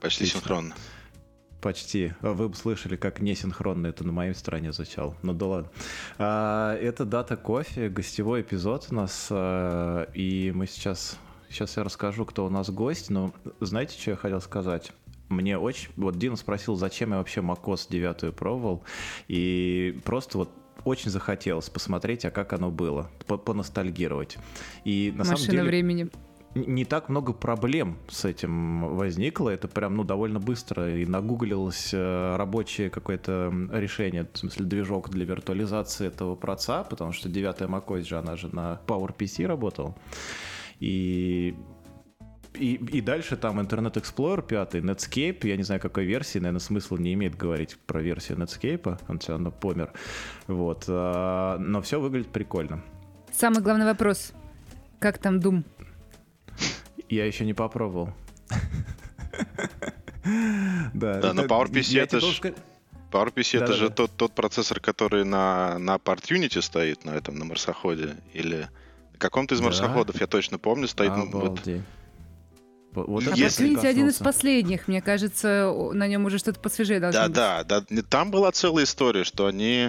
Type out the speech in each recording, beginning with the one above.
Почти Отлично. синхронно. Почти. Вы бы слышали, как несинхронно это на моей стороне звучало. Ну да ладно. Это «Дата кофе», гостевой эпизод у нас. И мы сейчас я расскажу, кто у нас гость. Но знаете, что я хотел сказать? Мне очень... Вот Дина спросил, зачем я вообще macOS 9 пробовал. И просто вот очень захотелось посмотреть, а как оно было. Поностальгировать. И на самом деле... Машина времени. Не так много проблем с этим возникло. Это прям, довольно быстро. И нагуглилось рабочее какое-то решение, в смысле движок для виртуализации этого проца, потому что 9-я macOS же, она же на PowerPC работала. И дальше там Internet Explorer 5, Netscape, я не знаю, какой версии, наверное, смысла не имеет говорить про версию Netscape, он все равно помер. Вот. Но все выглядит прикольно. Самый главный вопрос. Как там Doom? Я еще не попробовал. Да, но PowerPC это же тот процессор, который на PartUnity стоит, на этом, на марсоходе. Или на каком-то из марсоходов, я точно помню, стоит... Обалдеть. PartUnity один из последних. Мне кажется, на нем уже что-то посвежее должно быть. Да. Там была целая история, что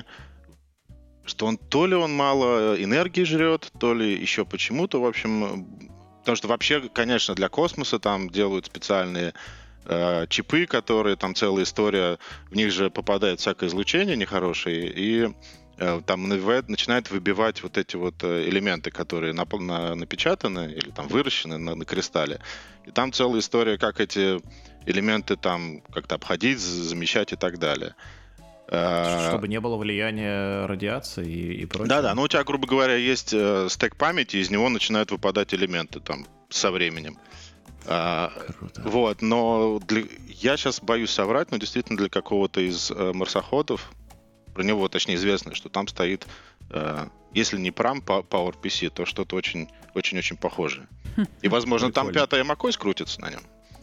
он то ли он мало энергии жрет, то ли еще почему-то, в общем... Потому что вообще, конечно, для космоса там делают специальные чипы, которые там целая история, в них же попадает всякое излучение нехорошее, и там начинает выбивать вот эти вот элементы, которые напечатаны или там выращены на кристалле. И там целая история, как эти элементы там как-то обходить, замещать и так далее. Чтобы не было влияния радиации и прочего. Да, у тебя, грубо говоря, есть стэк памяти, из него начинают выпадать элементы там со временем. Круто. Вот, но я сейчас боюсь соврать, но действительно для какого-то из марсоходов, про него точнее известно, что там стоит, если не прям PowerPC, то что-то очень-очень похожее. И, возможно, там 5-я macOS крутится на нем.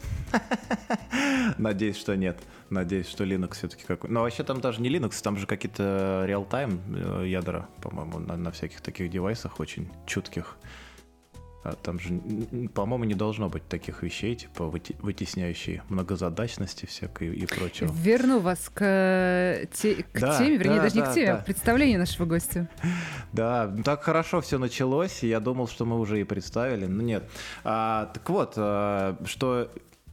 Надеюсь, что нет. Надеюсь, что Linux все-таки какой. Но вообще там даже не Linux, там же какие-то реал-тайм ядра, по-моему, на всяких таких девайсах очень чутких. Там же, по-моему, не должно быть таких вещей, типа вытесняющие многозадачности всякой и прочего. Верну вас к теме, вернее, даже не к теме, а к представлению нашего гостя. Да, так хорошо все началось, и я думал, что мы уже и представили, но нет. Так вот, что...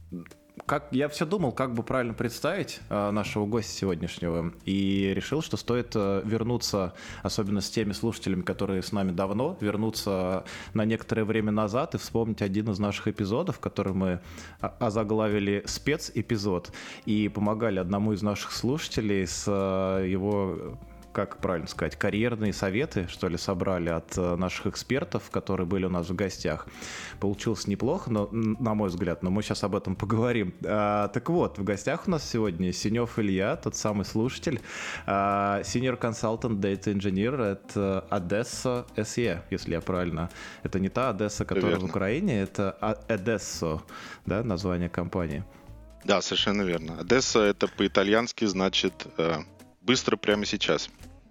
Я все думал, как бы правильно представить нашего гостя сегодняшнего, и решил, что стоит вернуться, особенно с теми слушателями, которые с нами давно, вернуться на некоторое время назад и вспомнить один из наших эпизодов, который мы озаглавили «Спецэпизод», и помогали одному из наших слушателей с его... как правильно сказать, карьерные советы, что ли, собрали от наших экспертов, которые были у нас в гостях. Получилось неплохо, на мой взгляд, но мы сейчас об этом поговорим. Так вот, в гостях у нас сегодня Синев Илья, тот самый слушатель, Senior Consultant Data Engineer от Adesso SE, если я правильно. Это не та Одесса, которая в Украине, это Adesso, да, название компании. Да, совершенно верно. Одесса — это по-итальянски значит... быстро прямо сейчас.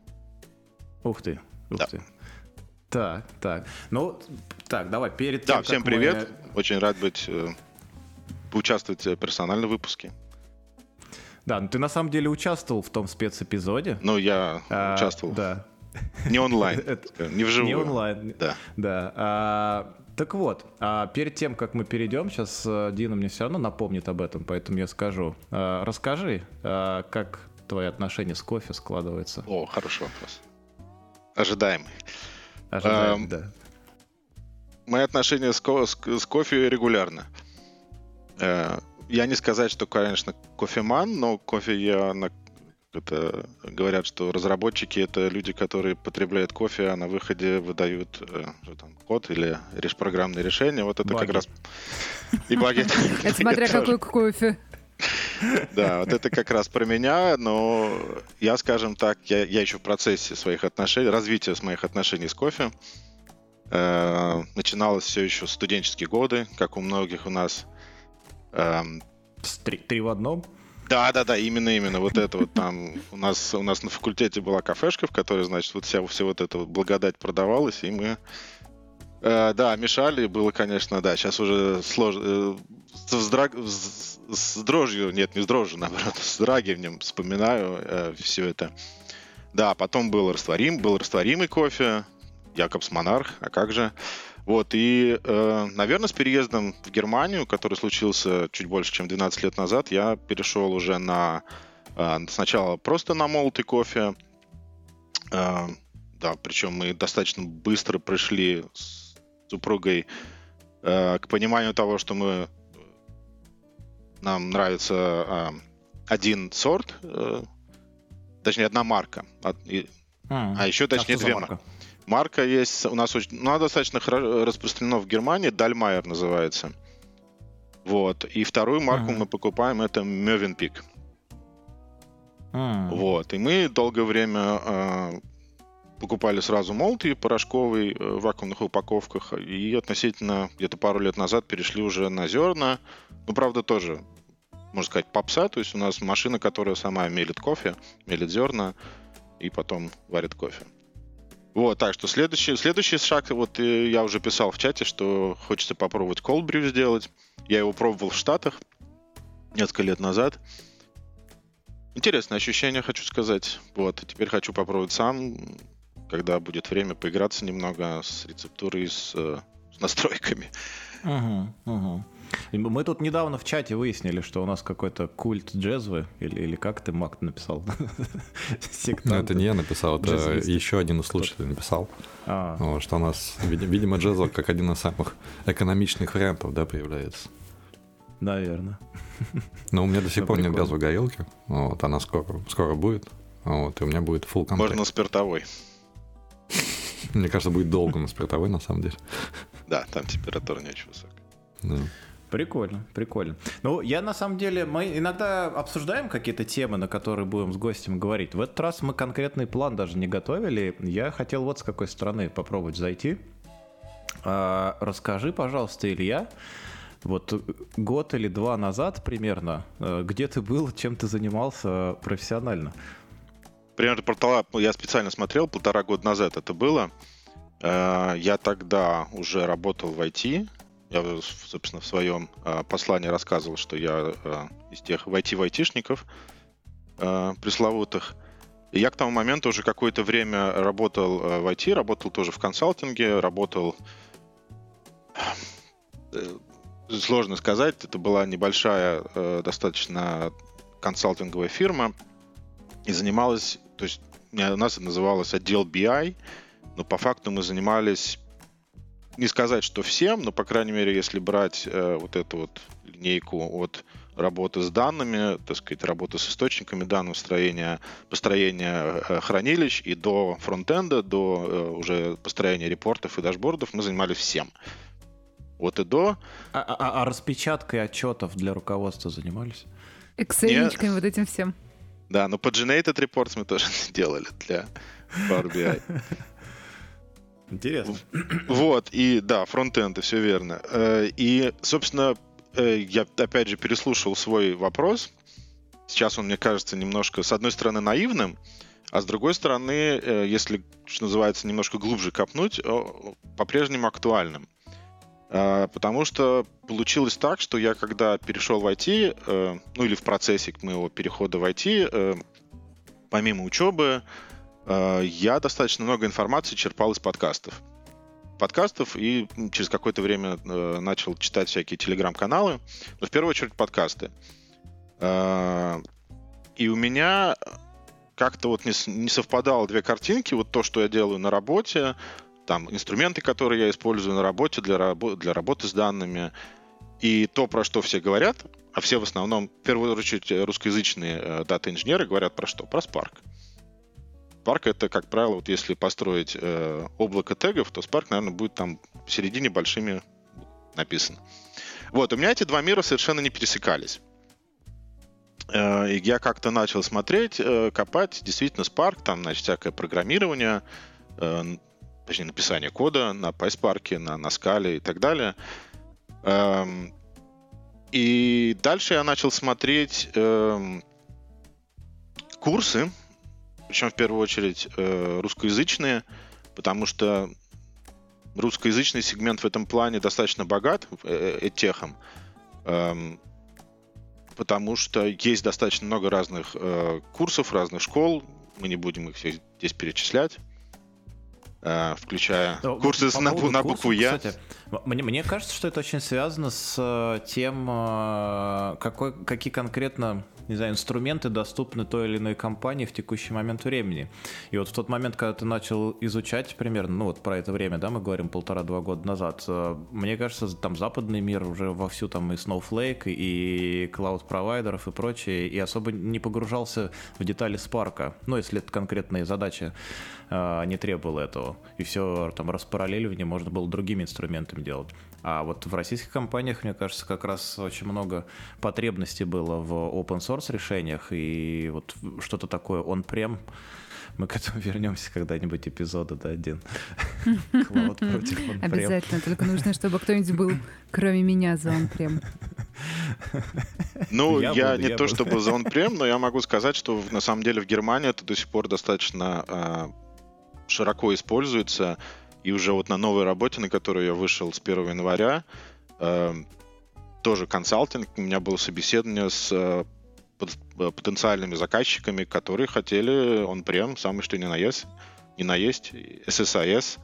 Ух ты. Так. Ну, так, давай, перед тем, Да, всем привет. Очень рад поучаствовать персонально в выпуске. Да, ну ты на самом деле участвовал в том спецэпизоде. Ну, я участвовал. Да. Не онлайн, не вживую. Не онлайн. Да. Так вот, перед тем, как мы перейдем, сейчас Дина мне все равно напомнит об этом, поэтому я скажу. Расскажи, как твои отношения с кофе складываются? О, хороший вопрос. Ожидаемый, да. Мои отношения с кофе регулярны. Я не сказать, что, конечно, кофеман, но кофе говорят, что разработчики — это люди, которые потребляют кофе, а на выходе выдают код или программные решения. Вот это баги. Как раз... И баги. Это смотря какой кофе. Да, вот это как раз про меня, но я, скажем так, я еще в процессе своих отношений, развития моих отношений с кофе. Начиналось все еще в студенческие годы, как у многих у нас. 3 в одном? Да, именно вот это вот там. У нас на факультете была кафешка, в которой, значит, вот вся вот эта вот благодать продавалась, и мы... Да, мешали, было, конечно, да, сейчас уже с дрожью, нет, не с дрожью, наоборот, с драгиванием вспоминаю все это. Да, потом был растворимый кофе, Якобс Монарх, а как же. Вот, и, наверное, с переездом в Германию, который случился чуть больше, чем 12 лет назад, я перешел уже сначала просто на молотый кофе. Да, причем мы достаточно быстро пришли с супругой к пониманию того, что нам нравится один сорт, точнее, одна марка, а еще, точнее, две марки. Марка есть у нас она достаточно распространена в Германии, Дальмайер называется. Вот. И вторую марку мы покупаем, это Mövenpick. Вот. И мы долгое время покупали сразу молотый порошковый в вакуумных упаковках, и относительно где-то пару лет назад перешли уже на зерна. Ну, правда, тоже, можно сказать, попса. То есть у нас машина, которая сама мелит кофе, мелит зерна и потом варит кофе. Вот, так что следующий шаг, вот я уже писал в чате, что хочется попробовать cold brew сделать. Я его пробовал в Штатах несколько лет назад. Интересное ощущение, хочу сказать. Вот, теперь хочу попробовать сам, когда будет время поиграться немного с рецептурой, с настройками. Мы тут недавно в чате выяснили, что у нас какой-то культ джезвы, или как ты, Мак, написал? Ну, это не я написал, это еще один из слушателей написал. Что у нас, видимо, джезва как один из самых экономичных вариантов, да, появляется. Наверное. Но у меня до сих пор нет газовой горелки. Вот, она скоро будет. Вот, и у меня будет full комплект. Можно на спиртовой. Мне кажется, будет долго на спиртовой, на самом деле. Да, там температура не очень высокая. Да. Прикольно. Ну, я на самом деле, мы иногда обсуждаем какие-то темы, на которые будем с гостем говорить. В этот раз мы конкретный план даже не готовили. Я хотел вот с какой стороны попробовать зайти. Расскажи, пожалуйста, Илья, вот год или два назад примерно, где ты был, чем ты занимался профессионально? Примерно я специально смотрел, 1,5 года назад это было. Я тогда уже работал в IT. Я, собственно, в своем послании рассказывал, что я из тех IT-айтишников пресловутых. И я к тому моменту уже какое-то время работал в IT, работал тоже в консалтинге, работал... Сложно сказать, это была небольшая достаточно консалтинговая фирма. И занималась... То есть у нас это называлось отдел BI, но по факту мы занимались... Не сказать, что всем, но, по крайней мере, если брать вот эту вот линейку от работы с данными, так сказать, работы с источниками данных, построения хранилищ и до фронтенда, до уже построения репортов и дашбордов, мы занимались всем. Вот и до... А распечаткой отчетов для руководства занимались? Excel-ничками вот этим всем. Да, но Paginated Reports мы тоже делали для Power BI. Интересно. Вот, и да, фронтенд, и все верно. И, собственно, я опять же переслушал свой вопрос. Сейчас он, мне кажется, немножко, с одной стороны, наивным, а с другой стороны, если, что называется, немножко глубже копнуть, по-прежнему актуальным. Потому что получилось так, что я, когда перешел в IT, ну или в процессе моего перехода в IT, помимо учебы, я достаточно много информации черпал из подкастов. И через какое-то время начал читать всякие телеграм-каналы, но в первую очередь подкасты. И у меня как-то вот не совпадало две картинки. Вот то, что я делаю на работе, там инструменты, которые я использую на работе для работы с данными, и то, про что все говорят, а все в основном, в первую очередь, русскоязычные дата-инженеры говорят про что? Про Spark. Spark — это, как правило, вот если построить облако тегов, то Spark, наверное, будет там в середине большими написано. Вот, у меня эти два мира совершенно не пересекались. И я как-то начал смотреть, копать, действительно, Spark, там, значит, всякое программирование, точнее, написание кода на PySpark, на Scala и так далее. И дальше я начал смотреть курсы, причем в первую очередь русскоязычные, потому что русскоязычный сегмент в этом плане достаточно богат, эдтехом. потому что есть достаточно много разных курсов, разных школ. Мы не будем их все здесь перечислять, включая курсы на букву «Я». Кстати, мне кажется, что это очень связано с тем, какие конкретно, не знаю, инструменты доступны той или иной компании в текущий момент времени. И вот в тот момент, когда ты начал изучать примерно, ну вот про это время, да, мы говорим 1,5-2 года назад, мне кажется, там западный мир уже вовсю там и Snowflake, и клауд-провайдеров и прочее, и особо не погружался в детали Spark. Ну, если это конкретные задачи не требовало этого. И все там распараллеливание можно было другими инструментами делать. А вот в российских компаниях, мне кажется, как раз очень много потребностей было в open source решениях, и вот что-то такое on-prem. Мы к этому вернемся когда-нибудь, эпизода, да, один. Cloud против on-prem. Обязательно, только нужно, чтобы кто-нибудь был, кроме меня, за on-prem. Ну, я не то чтобы за on-prem, но я могу сказать, что на самом деле в Германии это до сих пор достаточно широко используется. И уже вот на новой работе, на которую я вышел с 1 января, тоже консалтинг, у меня было собеседование с потенциальными заказчиками, которые хотели on-prem, самый что ни на есть, SSIS,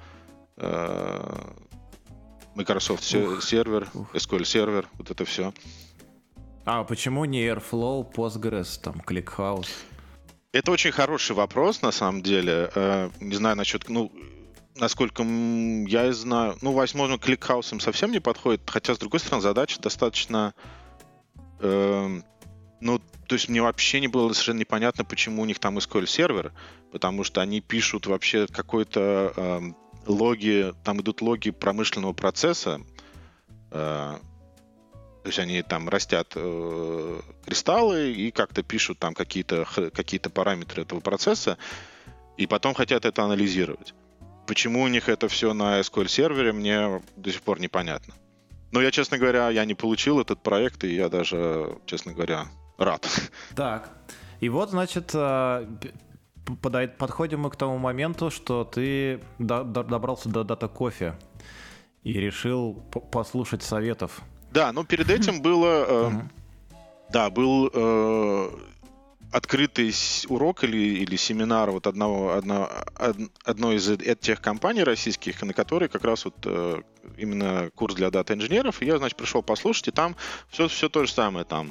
Microsoft сервер, SQL сервер, вот это все. А почему не Airflow, Postgres, там, ClickHouse? Это очень хороший вопрос, на самом деле. Не знаю насчет... Насколько я знаю, возможно, ClickHouse им совсем не подходит, хотя, с другой стороны, задача достаточно... то есть мне вообще не было совершенно непонятно, почему у них там SQL сервер, потому что они пишут вообще какой-то логи, там идут логи промышленного процесса, то есть они там растят кристаллы и как-то пишут там какие-то параметры этого процесса, и потом хотят это анализировать. Почему у них это все на SQL сервере, мне до сих пор непонятно. Но я, честно говоря, я не получил этот проект, и я даже, честно говоря, рад. Так, и вот, значит, подходим мы к тому моменту, что ты добрался до Data Coffee и решил послушать советов. Да, перед этим было... был открытый урок или семинар вот одной из тех компаний российских, на которой как раз вот именно курс для дата-инженеров. И я, значит, пришел послушать, и там все то же самое. Там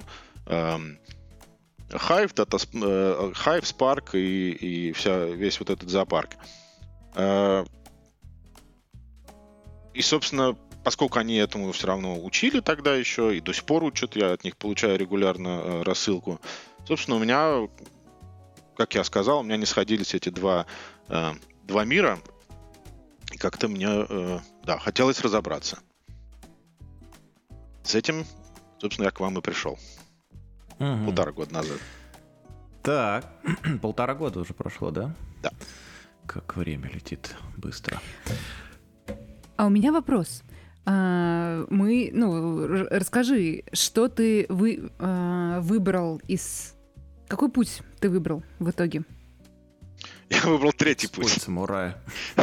Hive, Spark и весь вот этот зоопарк. И, собственно, поскольку они этому все равно учили тогда еще, и до сих пор учат, я от них получаю регулярно рассылку. Собственно, у меня, как я сказал, у меня не сходились эти два мира. И как-то мне, хотелось разобраться. С этим, собственно, я к вам и пришел. 1,5 года назад. Так, 1,5 года уже прошло, да? Да. Как время летит быстро. А у меня вопрос. Расскажи, что ты выбрал из... Какой путь ты выбрал в итоге? Я выбрал третий путь. Путь самурая.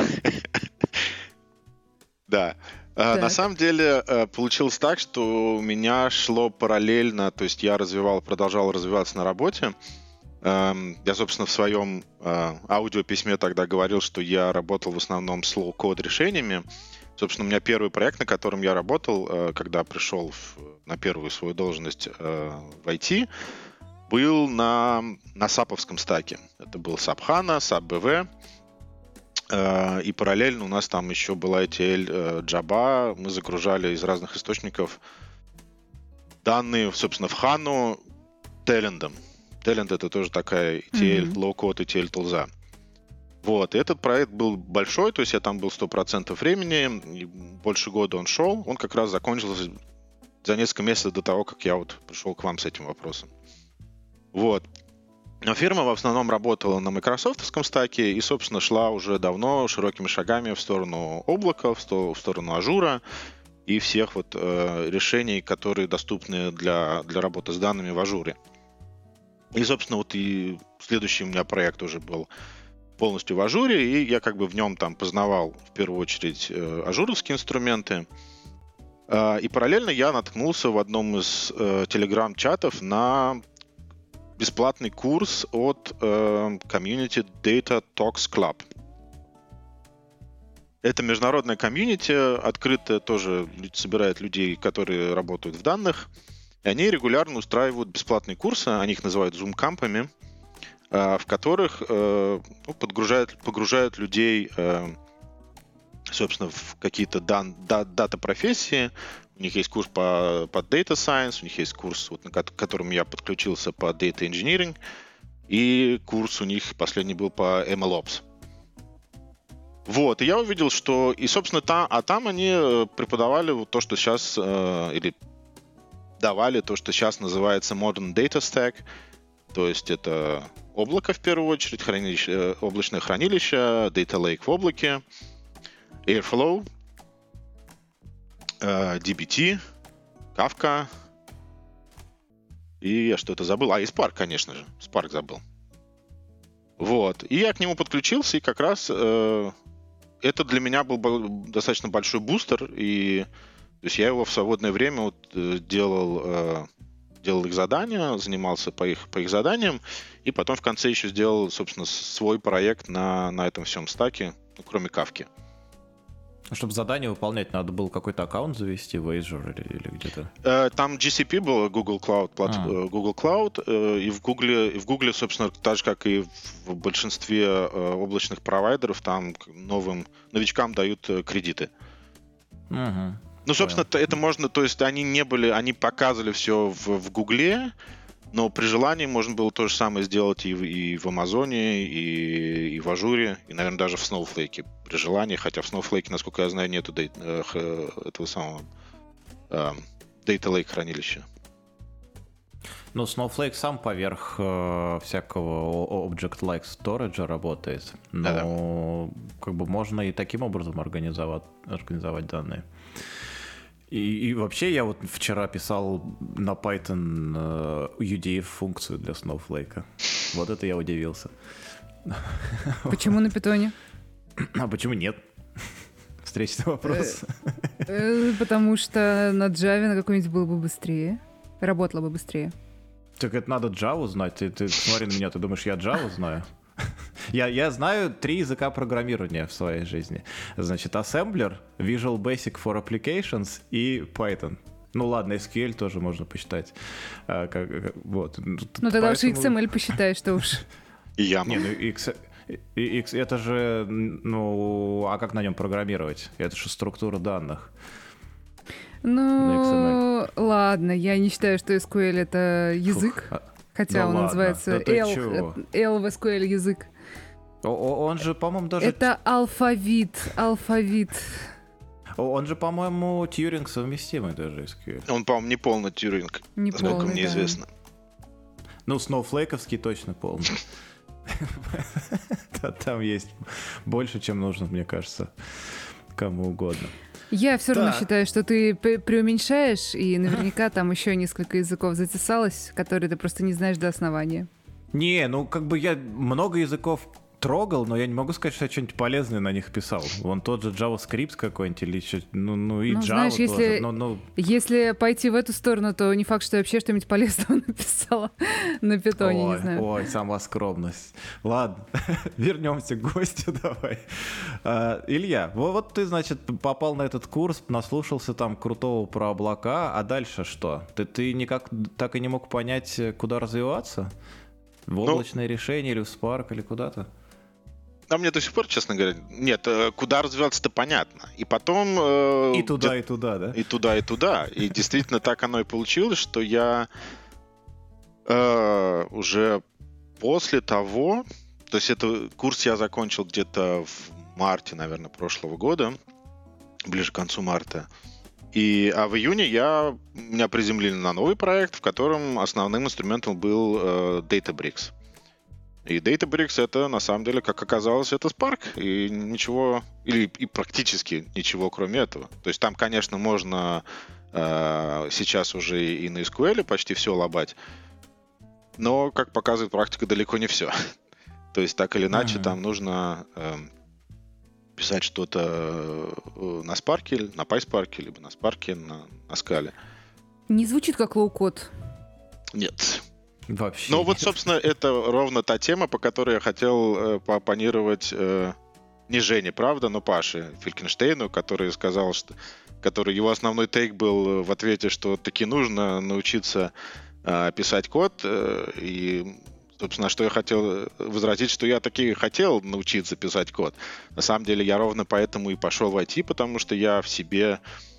Да. На самом деле получилось так, что у меня шло параллельно, то есть я продолжал развиваться на работе. Я, собственно, в своем аудиописьме тогда говорил, что я работал в основном с low-code решениями. Собственно, у меня первый проект, на котором я работал, когда пришел на первую свою должность в IT, был на саповском стаке. Это был SAP HANA, SAP BW, и параллельно у нас там еще была ETL Java. Мы загружали из разных источников данные, собственно, в HANA Talend. Talend — это тоже такая ETL, low-code ETL тулза. Вот, и этот проект был большой, то есть я там был 100% времени, и больше года он шел. Он как раз закончился за несколько месяцев до того, как я вот пришел к вам с этим вопросом. Вот. Но фирма в основном работала на майкрософтовском стаке и, собственно, шла уже давно широкими шагами в сторону облака, в сторону Ажура и всех вот решений, которые доступны для работы с данными в Ажуре. И, собственно, вот и следующий у меня проект уже был полностью в Ажуре, и я как бы в нем там познавал в первую очередь ажуровские инструменты. И параллельно я наткнулся в одном из телеграм-чатов на бесплатный курс от комьюнити Data Talks Club. Это международная комьюнити, открытая тоже, собирает людей, которые работают в данных. И они регулярно устраивают бесплатные курсы, они их называют Zoom-кампами, в которых погружают людей, собственно, в какие-то дата-профессии. У них есть курс по Data Science, у них есть курс, вот, к которому я подключился, по Data Engineering, и курс у них последний был по MLOps. Вот, и я увидел, что, и, собственно, там они преподавали вот то, что сейчас, или давали то, что сейчас называется Modern Data Stack, то есть это облако, в первую очередь, облачное хранилище, Data Lake в облаке, Airflow, dbt, Kafka, и я что-то забыл. И Spark, конечно же. Spark забыл. Вот. И я к нему подключился, и как раз это для меня был достаточно большой бустер, и то есть я его в свободное время вот делал их задания, занимался по их заданиям, и потом в конце еще сделал, собственно, свой проект на этом всем стаке, ну, кроме Kafka. Чтобы задание выполнять, надо было какой-то аккаунт завести в Azure или где-то? Там GCP был, Google Cloud, и в Google, собственно, так же, как и в большинстве облачных провайдеров, там новичкам дают кредиты. Угу. Ну, собственно, это можно, то есть они показывали все в Гугле, но при желании можно было то же самое сделать и в Амазоне, и в Ажуре, и, наверное, даже в Snowflake при желании, хотя в Snowflake, насколько я знаю, нету этого самого Data Lake хранилища. Ну, Snowflake сам поверх всякого Object-like Storage работает, но как бы можно и таким образом организовать данные. И вообще я вот вчера писал на Python UDF-функцию для Snowflake. Вот это я удивился. Почему на питоне? А почему нет? Встречный вопрос. Потому что на Java на какой-нибудь было бы быстрее. Работало бы быстрее. Так это надо Java знать. Ты смотри на меня, ты думаешь, я Java знаю? Я знаю 3 языка программирования в своей жизни. Значит, Assembler, Visual Basic for Applications и Python. Ну ладно, SQL тоже можно посчитать. Вот. Ну тогда уж XML посчитай, что уж. И я. Не, ну это же, ну, а как на нем программировать? Это же структура данных. Ну, ладно, я не считаю, что SQL это язык. Хотя он называется L в SQL язык. Он же, по-моему, даже... Это алфавит. Он же, по-моему, Тьюринг совместимый даже SQL. Он, по-моему, не полный Тьюринг, насколько мне известно. Ну, Snowflake'овский точно полный. Там есть больше, чем нужно, мне кажется, кому угодно. Я все равно считаю, что ты преуменьшаешь, и наверняка там еще несколько языков затесалось, которые ты просто не знаешь до основания. Не, ну как бы я много языков трогал, но я не могу сказать, что я что-нибудь полезное на них писал. Вон тот же JavaScript какой-нибудь или еще, ну и Java знаешь, тоже. Если пойти в эту сторону, то не факт, что я вообще что-нибудь полезное написала на питоне, не знаю. Ой, сама скромность. Ладно, вернемся к гостю давай. Илья, вот ты, значит, попал на этот курс, наслушался там крутого про облака, а дальше что? Ты никак так и не мог понять, куда развиваться? В облачное решение или в Spark или куда-то? А мне до сих пор, честно говоря, нет, куда развиваться-то понятно. И потом... И туда, и туда, да? И туда, и туда. И действительно так оно и получилось, что я уже после того... То есть этот курс я закончил где-то в марте, наверное, прошлого года, ближе к концу марта. А в июне меня приземлили на новый проект, в котором основным инструментом был Databricks. И Databricks — это, на самом деле, как оказалось, это Spark. И ничего, и практически ничего, кроме этого. То есть там, конечно, можно сейчас уже и на SQL почти все лобать. Но, как показывает практика, далеко не все. То есть так или иначе там нужно писать что-то на Spark, на PySpark, либо на Spark, на Scala. Не звучит как лоу-код. Нет. Вообще. Ну нет. вот, собственно, это ровно та тема, по которой я хотел пооппонировать не Жене, правда, но Паше Фелькенштейну, который сказал, что его основной тейк был в ответе, что таки нужно научиться писать код. И, собственно, что я хотел возразить, что я таки хотел научиться писать код. На самом деле я ровно поэтому и пошел в IT, потому что я в себе,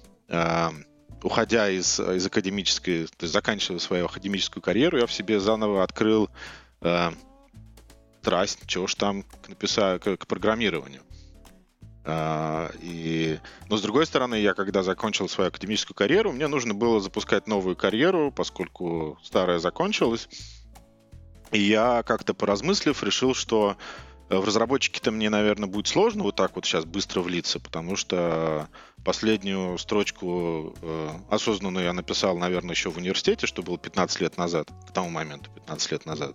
уходя из академической, то есть заканчивая свою академическую карьеру, я в себе заново открыл страсть, чего ж там к программированию. Но с другой стороны, я когда закончил свою академическую карьеру, мне нужно было запускать новую карьеру, поскольку старая закончилась. И я как-то поразмыслив, решил, что в разработчике-то мне, наверное, будет сложно вот так вот сейчас быстро влиться, потому что последнюю строчку осознанную я написал, наверное, еще в университете, что было 15 лет назад, к тому моменту 15 лет назад.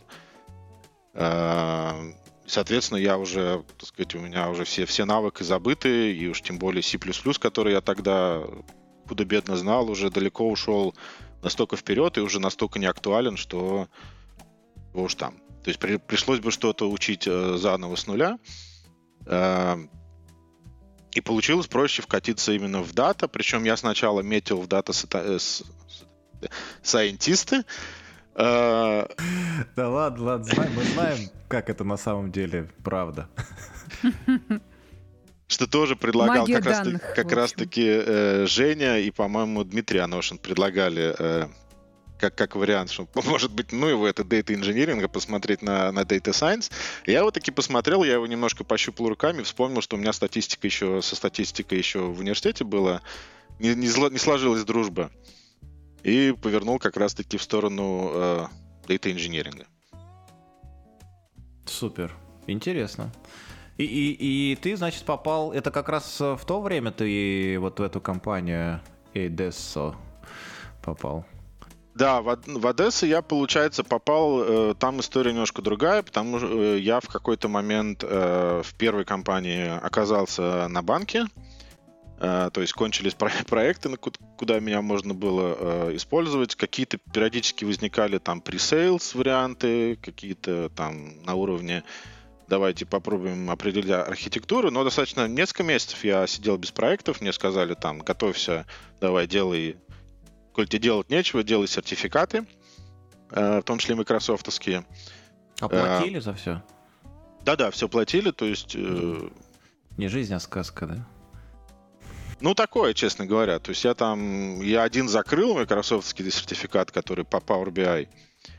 Соответственно, я уже, так сказать, у меня уже все навыки забыты, и уж тем более C++, который я тогда худо-бедно знал, уже далеко ушел настолько вперед и уже настолько не актуален, что уж там. То есть пришлось бы что-то учить заново с нуля. И получилось проще вкатиться именно в дата, причем я сначала метил в дата-сайентисты. Да ладно, мы знаем, как это на самом деле, правда. Что тоже предлагал как раз-таки Женя и, по-моему, Дмитрий Аношин предлагали как вариант, что, может быть, ну его это Data Engineering, посмотреть на Data Science. Я его таки посмотрел, я его немножко пощупал руками, вспомнил, что у меня со статистикой еще в университете было, не сложилась дружба. И повернул как раз-таки в сторону Data Engineering. Супер, интересно. И ты, значит, попал, это как раз в то время ты вот в эту компанию Adesso попал? Да, в Одессу я, получается, попал, там история немножко другая, потому что я в какой-то момент в первой компании оказался на банке, то есть кончились проекты, куда меня можно было использовать, какие-то периодически возникали там pre-sales варианты, какие-то там на уровне давайте попробуем определить архитектуру, но достаточно несколько месяцев я сидел без проектов, мне сказали там готовься, давай делай, коль тебе делать нечего, делай сертификаты, в том числе майкрософтовские. Оплатили за все? Да-да, все платили, то есть... Не жизнь, а сказка, да? Ну, такое, честно говоря. То есть я один закрыл майкрософтский сертификат, который по Power BI,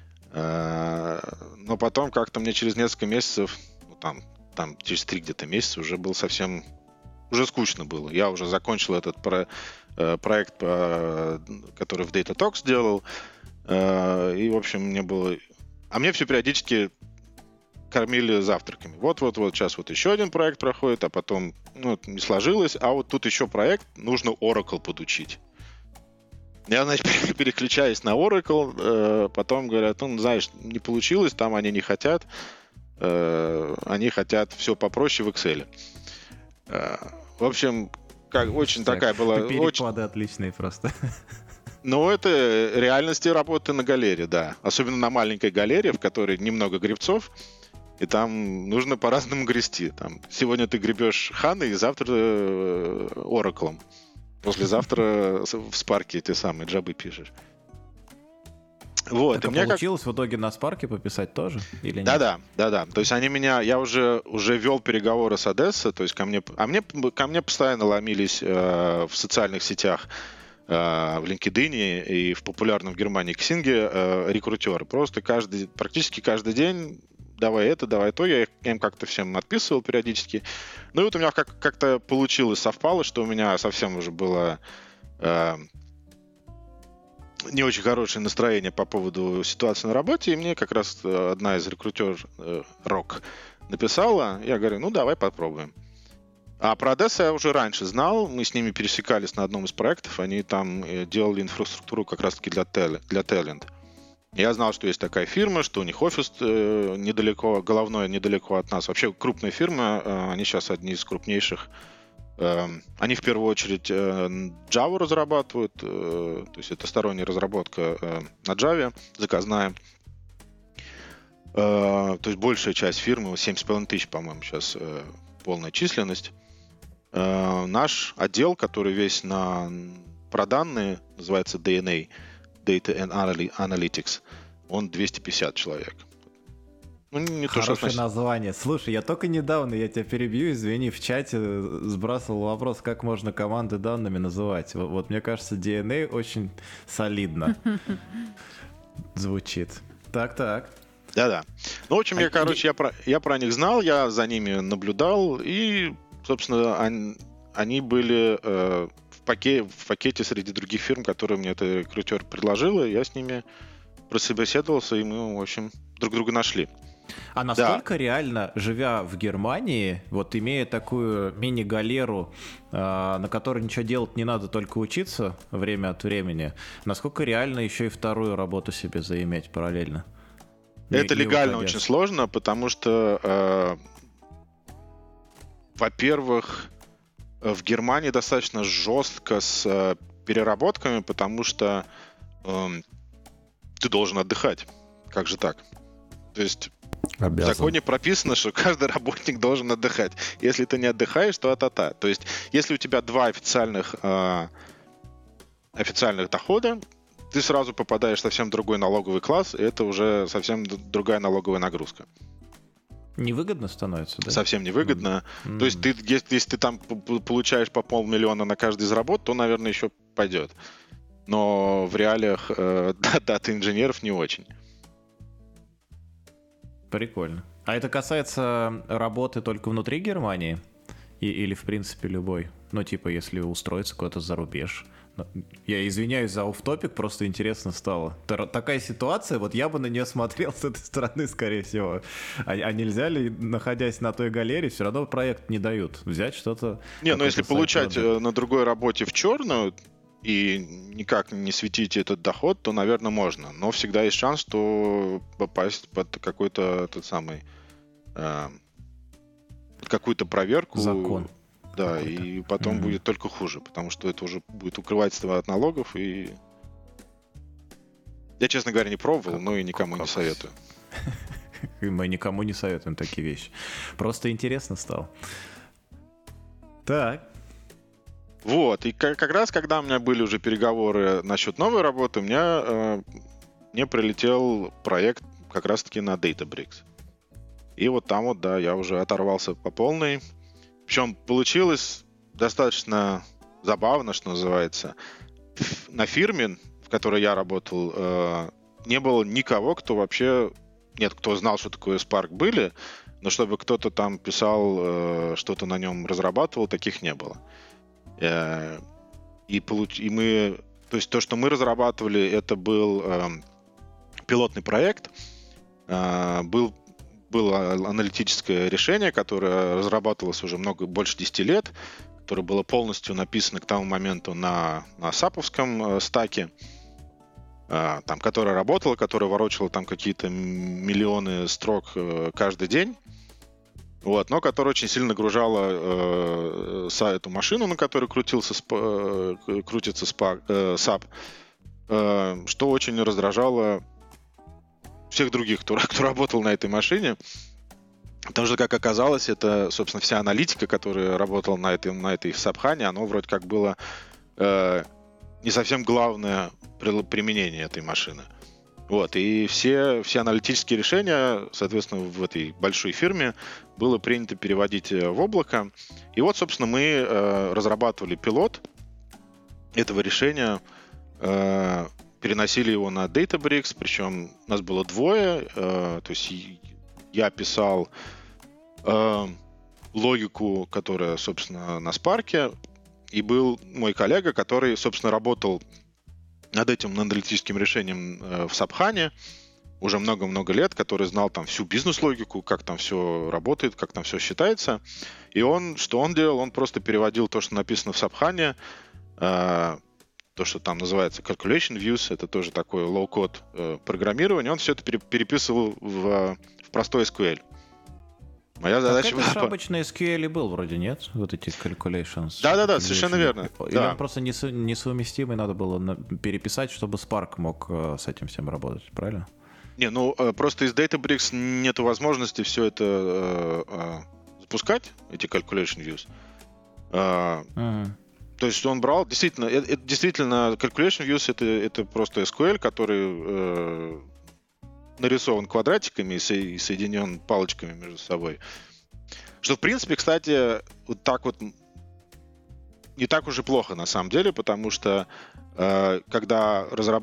но потом как-то мне через несколько месяцев, там через 3 где-то месяца уже было совсем... Уже скучно было. Я уже закончил этот проект, который в Datatox делал, и, в общем, мне было... А мне все периодически кормили завтраками. Вот, сейчас вот еще один проект проходит, а потом, не сложилось, а вот тут еще проект, нужно Oracle подучить. Я, значит, переключаюсь на Oracle, потом говорят, знаешь, не получилось, там они не хотят, они хотят все попроще в Excel. В общем, очень такая была... Переклады отличные просто. Ну, это реальности работы на галере, да. Особенно на маленькой галере, в которой немного гребцов, и там нужно по-разному грести. Там, сегодня ты гребешь Ханой, завтра Oracle. Послезавтра в Spark те самые джабы пишешь. Вот. Так, и получилось в итоге на Spark пописать тоже? Или нет? Да. То есть я уже вел переговоры с Одессой, то есть ко мне постоянно ломились в социальных сетях, в LinkedIn и в популярном в Германии Ксинге рекрутеры. Просто практически каждый день давай это, давай то. Я им как-то всем отписывал периодически. Ну и вот у меня как-то получилось, совпало, что у меня совсем уже было не очень хорошее настроение по поводу ситуации на работе, и мне как раз одна из рекрутеров, Рок, написала. Я говорю, давай попробуем. А про Одессу я уже раньше знал, мы с ними пересекались на одном из проектов, они там делали инфраструктуру как раз-таки для Talent. Я знал, что есть такая фирма, что у них офис недалеко, головной недалеко от нас. Вообще крупная фирма, они сейчас одни из крупнейших. Они в первую очередь Java разрабатывают, то есть это сторонняя разработка на Java, заказная. То есть большая часть фирмы, 7,5 тысяч, по-моему, сейчас полная численность. Наш отдел, который весь про данные, называется DNA, Data and Analytics, он 250 человек. Ну, не Хорошее то, что название. Слушай, я только недавно, я тебя перебью, извини, в чате сбрасывал вопрос, как можно команды данными называть. Вот мне кажется, DNA очень солидно звучит. Так. Да. Ну, в общем, я про них знал, я за ними наблюдал, и, собственно, они были в пакете среди других фирм, которые мне этот рекрутер предложил, и я с ними прособеседовался, и мы, в общем, друг друга нашли. А насколько реально, живя в Германии, вот имея такую мини-галеру, на которой ничего делать не надо, только учиться время от времени, насколько реально еще и вторую работу себе заиметь параллельно? Это легально очень сложно, потому что, во-первых, в Германии достаточно жестко с переработками, потому что ты должен отдыхать. Как же так? То есть обязан. В законе прописано, что каждый работник должен отдыхать. Если ты не отдыхаешь, то а-та-та. То есть если у тебя 2 официальных дохода, ты сразу попадаешь в совсем другой налоговый класс, и это уже совсем другая налоговая нагрузка. Невыгодно становится, да? Совсем невыгодно. То есть если ты там получаешь по 500 000 на каждый из работ, то, наверное, еще пойдет. Но в реалиях дата-инженеров не очень. Прикольно. А это касается работы только внутри Германии? Или, в принципе, любой? Ну, типа, если устроиться куда-то за рубеж. Я извиняюсь за офф-топик, просто интересно стало. Такая ситуация, вот я бы на нее смотрел с этой стороны, скорее всего. А нельзя ли, находясь на той галерее, все равно проект не дают? Взять что-то... Не, но если получать на другой работе в черную и никак не светить этот доход, то, наверное, можно. Но всегда есть шанс, что попасть под какой-то тот самый... какую-то проверку. Закон. Да, и потом будет только хуже, потому что это уже будет укрывательство от налогов, и... Я, честно говоря, не пробовал, но и никому не советую. Мы никому не советуем такие вещи. Просто интересно стало. Так. Вот, и как раз, когда у меня были уже переговоры насчет новой работы, мне прилетел проект как раз-таки на Databricks. И вот там вот, да, я уже оторвался по полной. Причем получилось достаточно забавно, что называется. На фирме, в которой я работал, не было никого, кто вообще... Нет, кто знал, что такое Spark были, но чтобы кто-то там писал, что-то на нем разрабатывал, таких не было. И мы... То есть то, что мы разрабатывали, это был пилотный проект. Было аналитическое решение, которое разрабатывалось уже больше 10 лет, которое было полностью написано к тому моменту на саповском стаке, там, которое работало, которое ворочало там какие-то миллионы строк каждый день, вот, но которое очень сильно нагружало эту машину, на которой крутится SAP, что очень раздражало всех других, кто работал на этой машине. Потому что, как оказалось, это, собственно, вся аналитика, которая работала на этой SAP-хане, оно вроде как было не совсем главное применение этой машины. Вот, и все аналитические решения, соответственно, в этой большой фирме было принято переводить в облако. И вот, собственно, мы разрабатывали пилот этого решения, переносили его на Databricks, причем нас было 2, то есть я писал логику, которая, собственно, на Spark, и был мой коллега, который, собственно, работал над этим аналитическим решением в SAP-хане уже много-много лет, который знал там всю бизнес-логику, как там все работает, как там все считается. И что он делал? Он просто переводил то, что написано в SAP-хане, то, что там называется calculation views, это тоже такое low-code программирование, он все это переписывал в простой SQL. Моя задача была... Это же обычный SQL и был вроде, нет? Вот эти calculations. Да, совершенно верно. Или он просто несовместимый, надо было переписать, чтобы Spark мог с этим всем работать, правильно? Не, просто из Databricks нет возможности все это запускать, эти calculation views. То есть он брал, действительно, calculation views это просто SQL, который нарисован квадратиками и соединен палочками между собой. Что, в принципе, кстати, вот так вот не так уж и плохо на самом деле, потому что когда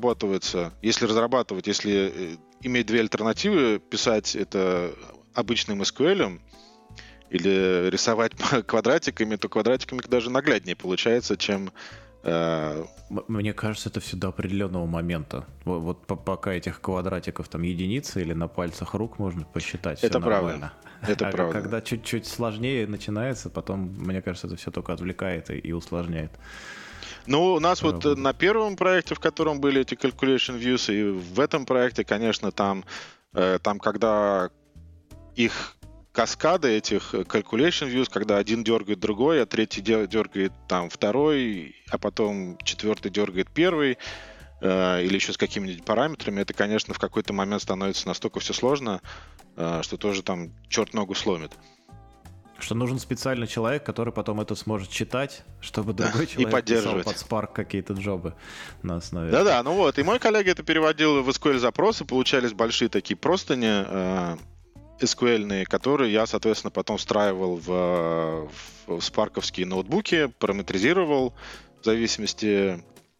если иметь две альтернативы, писать это обычным SQL или рисовать квадратиками, то квадратиками даже нагляднее получается, чем... Мне кажется, это все до определенного момента. Вот пока этих квадратиков там единицы или на пальцах рук можно посчитать, это все правда. Это правда. Когда чуть-чуть сложнее начинается, потом, мне кажется, это все только отвлекает и усложняет. Ну, у нас вот на первом проекте, в котором были эти calculation views, и в этом проекте, конечно, там когда их каскады этих calculation views, когда один дергает другой, а третий дергает там второй, а потом четвертый дергает первый, или еще с какими-нибудь параметрами, это, конечно, в какой-то момент становится настолько все сложно, что тоже там черт ногу сломит. Что нужен специальный человек, который потом это сможет читать, чтобы другой человек писал под Spark какие-то джобы на основе. Да-да, ну вот, и мой коллега это переводил в SQL-запросы, получались большие такие простыни SQL-ные, которые я, соответственно, потом встраивал в спарковские ноутбуки, параметризировал в зависимости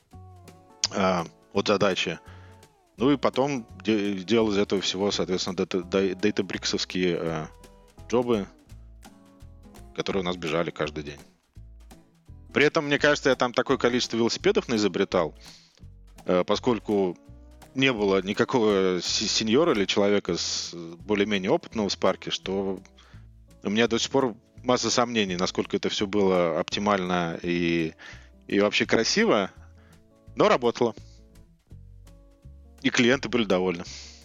от задачи. Ну и потом делал из этого всего, соответственно, датабриксовские джобы, которые у нас бежали каждый день. При этом, мне кажется, я там такое количество велосипедов наизобретал, поскольку не было никакого сеньора или человека с более-менее опытного в Spark, что у меня до сих пор масса сомнений, насколько это все было оптимально и вообще красиво, но работало. И клиенты были довольны.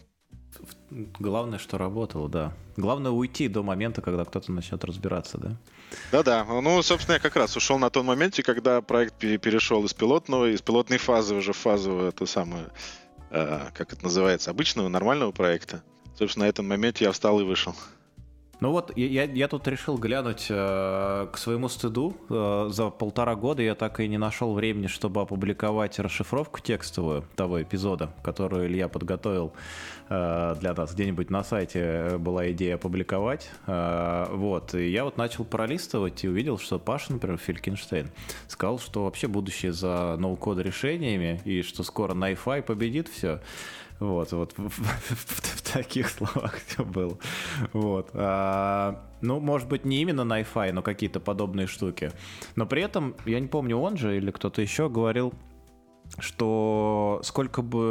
Главное, что работало, да. Главное уйти до момента, когда кто-то начнет разбираться, да? Да-да. Ну, собственно, я как раз ушел на том моменте, когда проект перешел из пилотной фазы уже в фазу, это самое, как это называется, обычного, нормального проекта. Собственно, на этом моменте я встал и вышел. Ну вот, я тут решил глянуть к своему стыду. За 1,5 года я так и не нашел времени, чтобы опубликовать расшифровку текстовую того эпизода, которую Илья подготовил для нас. Где-нибудь на сайте была идея опубликовать. Вот, и я вот начал пролистывать и увидел, что Паша, например, Филькенштейн, сказал, что вообще будущее за ноу-код решениями и что скоро NiFi победит все. Вот в таких словах все было. Вот. Ну, может быть, не именно NiFi, но какие-то подобные штуки. Но при этом, я не помню, он же или кто-то еще говорил, что сколь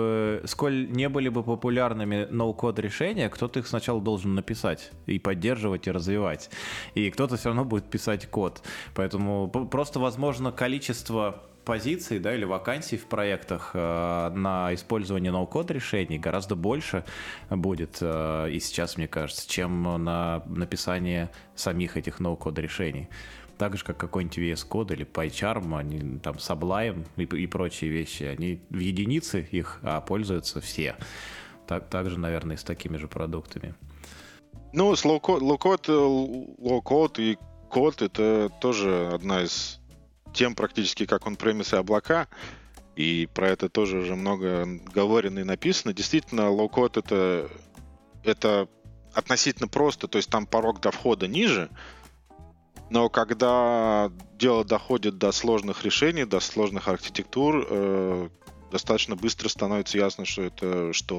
не были бы популярными ноу-код решения, кто-то их сначала должен написать и поддерживать, и развивать. И кто-то все равно будет писать код. Поэтому просто, возможно, количество позиций, да, или вакансий в проектах на использование ноу-код решений гораздо больше будет и сейчас, мне кажется, чем на написание самих этих ноу-код решений. Так же, как какой-нибудь VS Code или PyCharm, они там Sublime и прочие вещи, они в единицы их, пользуются все. Так же, наверное, и с такими же продуктами. Ну, с low-code и код — это тоже одна из тем практически как on-premise и облака, и про это тоже уже много говорено и написано. Действительно, low-code это относительно просто, то есть там порог до входа ниже, но когда дело доходит до сложных решений, до сложных архитектур, достаточно быстро становится ясно, что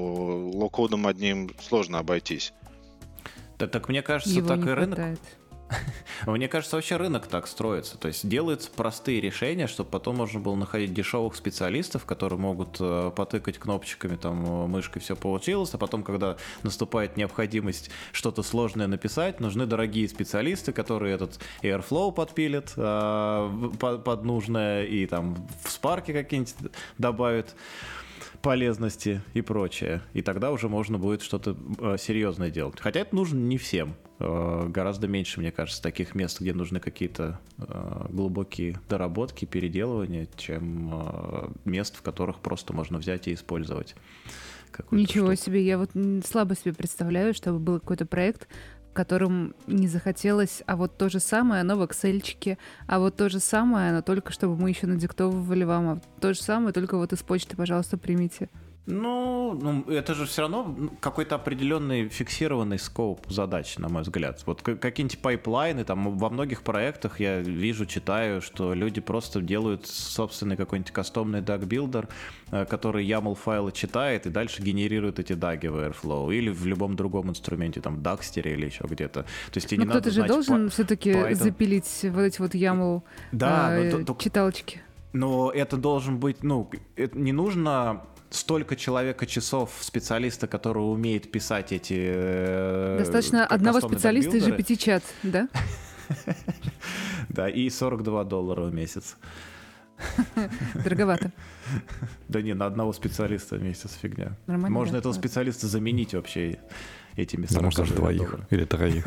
low-кодом одним сложно обойтись. Так мне кажется, его так и рынок... Мне кажется, вообще рынок так строится. То есть делаются простые решения, чтобы потом можно было находить дешевых специалистов, которые могут потыкать кнопочками, там, мышкой все получилось, а потом, когда наступает необходимость что-то сложное написать, нужны дорогие специалисты, которые этот Airflow подпилят под нужное и там в Spark какие-нибудь добавят полезности и прочее. И тогда уже можно будет что-то серьезное делать. Хотя это нужно не всем. Гораздо меньше, мне кажется, таких мест, где нужны какие-то глубокие доработки, переделывания, чем мест, в которых просто можно взять и использовать. Ничего себе, я вот слабо себе представляю, чтобы был какой-то проект, в котором не захотелось, а вот то же самое, оно в Excel-чике, а вот то же самое, оно только чтобы мы еще надиктовывали вам, а то же самое, только вот из почты, пожалуйста, примите. Ну, это же все равно какой-то определенный фиксированный скоуп задач, на мой взгляд. Вот какие-нибудь пайплайны, там во многих проектах я вижу, читаю, что люди просто делают собственный какой-нибудь кастомный DAG-билдер, который YAML-файлы читает и дальше генерирует эти даги в Airflow или в любом другом инструменте, там, Dagster или еще где-то. То есть не кто-то же должен все-таки запилить вот эти вот YAML читалочки. Но это должен быть, это не нужно столько человека-часов специалиста, который умеет писать эти... Достаточно одного специалиста из GPT-чат, да? Да, и $42 в месяц. Дороговато. Да не, на одного специалиста в месяц фигня. Нормально, можно этого специалиста заменить вообще этими $42. Может, даже двоих или троих.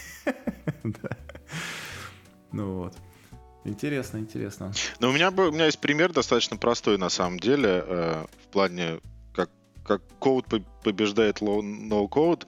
Ну вот. Интересно. Но у меня есть пример достаточно простой на самом деле, в плане, как код побеждает no-code.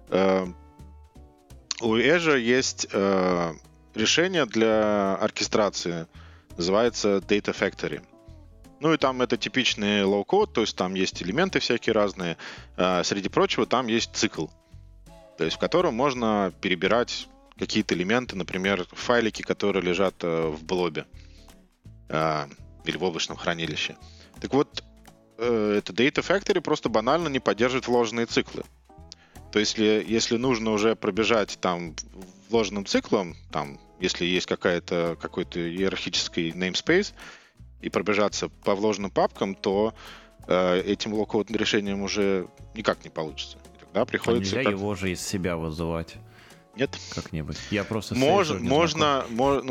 У Azure есть решение для оркестрации, называется Data Factory. Ну и там это типичный low-code, то есть там есть элементы всякие разные. Среди прочего там есть цикл, то есть в котором можно перебирать какие-то элементы, например, файлики, которые лежат в блобе или в облачном хранилище. Так вот, это Data Factory просто банально не поддерживает вложенные циклы. То есть, если нужно уже пробежать там вложенным циклом, там, если есть какой-то иерархический namespace, и пробежаться по вложенным папкам, то этим low-code решением уже никак не получится. И тогда приходится... нельзя его же из себя вызывать. Нет. Как-нибудь. Я просто... Можно,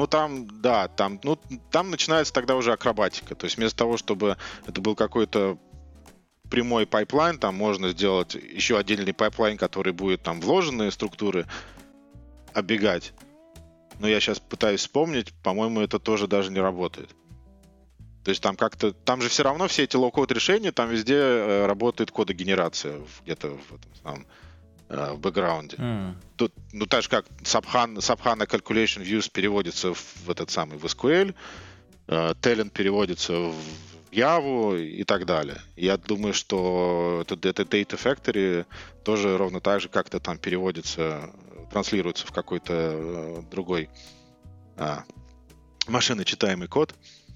там начинается тогда уже акробатика. То есть вместо того, чтобы это был какой-то прямой пайплайн, там можно сделать еще отдельный пайплайн, который будет там вложенные структуры оббегать. Но я сейчас пытаюсь вспомнить, по-моему, это тоже даже не работает. То есть там же все равно все эти лоу-код решения, там везде работает кодогенерация где-то в этом самом в бэкграунде. Тут, так же как Subhana Calculation Views переводится в этот самый в SQL, Talent переводится в Java и так далее. Я думаю, что это Data Factory тоже ровно так же как-то там переводится, транслируется в какой-то другой машиночитаемый код.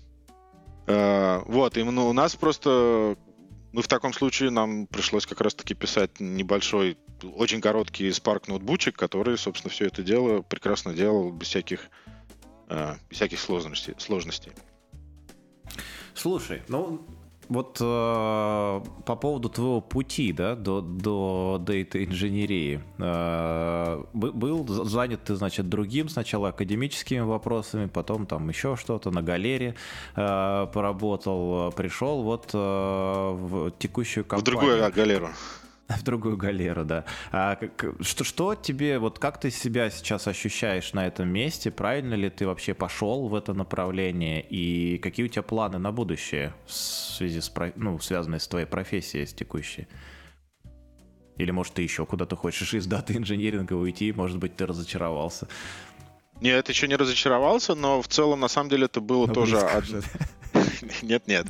Вот, именно у нас просто... Мы в таком случае нам пришлось как раз-таки писать небольшой, очень короткий Spark ноутбучик, который, собственно, все это дело прекрасно делал без всяких сложностей. Слушай, вот по поводу твоего пути, да, до дейта-инженерии, был занят ты, значит, другим, сначала академическими вопросами, потом там еще что-то, на галере поработал, пришел вот в текущую компанию. В другую галеру. В другую галеру, да. Что тебе, вот как ты себя сейчас ощущаешь на этом месте? Правильно ли ты вообще пошел в это направление? И какие у тебя планы на будущее в связи с, связанные с твоей профессией, с текущей? Или, может, ты еще куда-то хочешь из дата-инжиниринга уйти? Может быть, ты разочаровался? Нет, еще не разочаровался, но в целом, на самом деле, это было тоже... Нет.